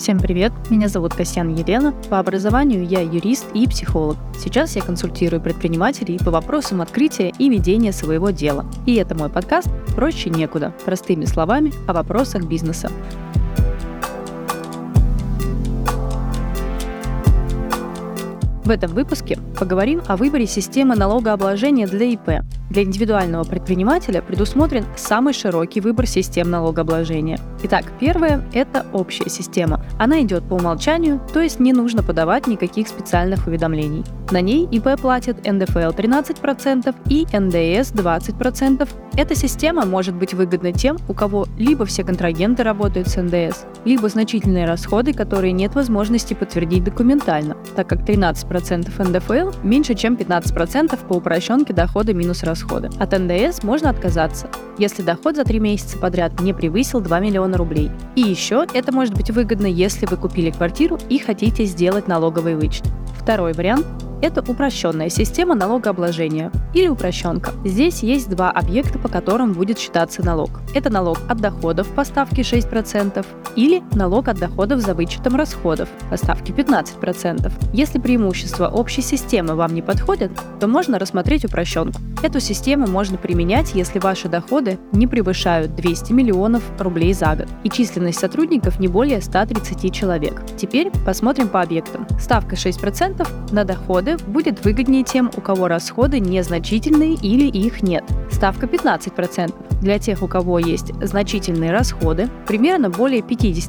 Всем привет, меня зовут Касьян Елена, по образованию я юрист и психолог. Сейчас я консультирую предпринимателей по вопросам открытия и ведения своего дела. И это мой подкаст «Проще некуда», простыми словами о вопросах бизнеса. В этом выпуске поговорим о выборе системы налогообложения для ИП. Для индивидуального предпринимателя предусмотрен самый широкий выбор систем налогообложения. Итак, первое – это общая система. Она идет по умолчанию, то есть не нужно подавать никаких специальных уведомлений. На ней ИП платит НДФЛ 13% и НДС 20%. Эта система может быть выгодна тем, у кого либо все контрагенты работают с НДС, либо значительные расходы, которые нет возможности подтвердить документально, так как 13% НДФЛ меньше, чем 15% по упрощенке дохода минус расходы. От НДС можно отказаться, если доход за 3 месяца подряд не превысил 2 миллиона рублей. И еще это может быть выгодно, если вы купили квартиру и хотите сделать налоговый вычет. Второй вариант – это упрощенная система налогообложения или упрощенка. Здесь есть два объекта, по которым будет считаться налог. Это налог от доходов по ставке 6% или налог от доходов за вычетом расходов по ставке 15%. Если преимущества общей системы вам не подходят, то можно рассмотреть упрощенку. Эту систему можно применять, если ваши доходы не превышают 200 миллионов рублей за год и численность сотрудников не более 130 человек. Теперь посмотрим по объектам. Ставка 6% на доходы будет выгоднее тем, у кого расходы незначительные или их нет. Ставка 15% для тех, у кого есть значительные расходы, примерно более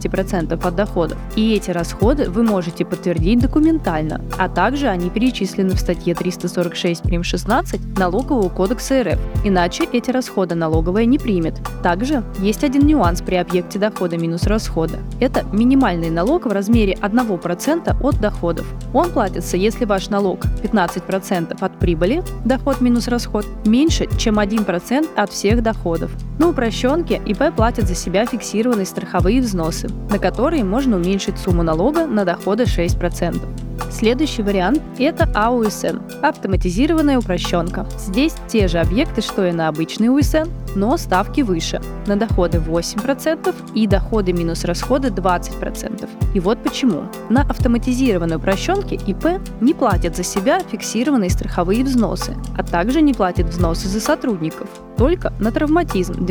50% от доходов. И эти расходы вы можете подтвердить документально, а также они перечислены в статье 346 прим. 16 Налогового кодекса РФ, иначе эти расходы налоговая не примет. Также есть один нюанс при объекте дохода минус расходы. Это минимальный налог в размере 1% от доходов. Он платится, если ваш налог 15% от прибыли, доход минус расход, меньше, чем 1% от всех доходов. На упрощенке ИП платят за себя фиксированные страховые взносы, на которые можно уменьшить сумму налога на доходы 6%. Следующий вариант – это АУСН – автоматизированная упрощенка. Здесь те же объекты, что и на обычный УСН, но ставки выше. На доходы 8% и доходы минус расходы 20%. И вот почему. На автоматизированной упрощенке ИП не платят за себя фиксированные страховые взносы, а также не платят взносы за сотрудников. Только на травматизм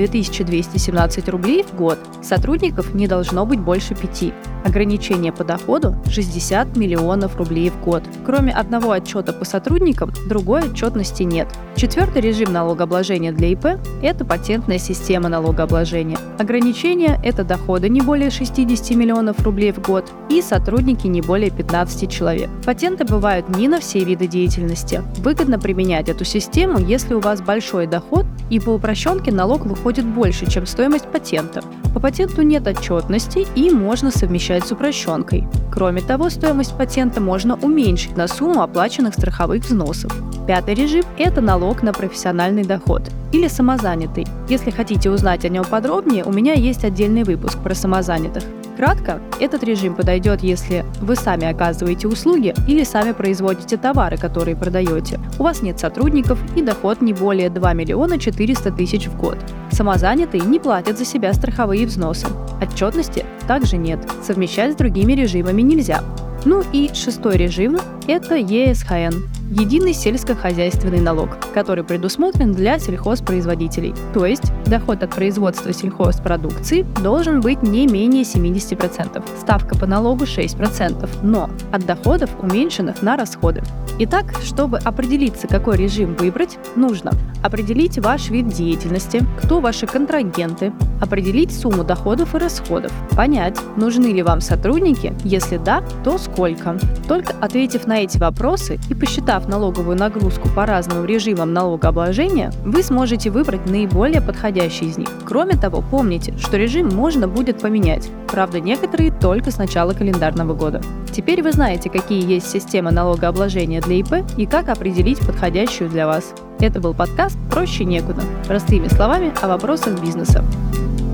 2217 рублей в год. Сотрудников не должно быть больше 5. Ограничение по доходу 60 миллионов рублей в год. Кроме одного отчета по сотрудникам, другой отчетности нет. Четвертый режим налогообложения для ИП – это патентная система налогообложения. Ограничение – это доходы не более 60 миллионов рублей в год и сотрудники не более 15 человек. Патенты бывают не на все виды деятельности. Выгодно применять эту систему, если у вас большой доход и по упрощенке налог выходит больше, чем стоимость патента. По патенту нет отчетности и можно совмещать с упрощенкой. Кроме того, стоимость патента можно уменьшить на сумму оплаченных страховых взносов. Пятый режим – это налог на профессиональный доход или самозанятый. Если хотите узнать о нем подробнее, у меня есть отдельный выпуск про самозанятых. Кратко, этот режим подойдет, если вы сами оказываете услуги или сами производите товары, которые продаете. У вас нет сотрудников и доход не более 2 миллиона 400 тысяч в год. Самозанятые не платят за себя страховые взносы. Отчетности также нет. Совмещать с другими режимами нельзя. Ну и шестой режим – это ЕСХН – единый сельскохозяйственный налог, который предусмотрен для сельхозпроизводителей. То есть доход от производства сельхозпродукции должен быть не менее 70%. Ставка по налогу 6%, но от доходов, уменьшенных на расходы. Итак, чтобы определиться, какой режим выбрать, нужно определить ваш вид деятельности, кто ваши контрагенты, определить сумму доходов и расходов, понять, нужны ли вам сотрудники, если да, то сколько. Только ответив на эти вопросы и посчитав налоговую нагрузку по разным режимам налогообложения, вы сможете выбрать наиболее подходящий из них. Кроме того, помните, что режим можно будет поменять. Правда, некоторые только с начала календарного года. Теперь вы знаете, какие есть системы налогообложения для ИП и как определить подходящую для вас. Это был подкаст «Проще некуда». Простыми словами о вопросах бизнеса.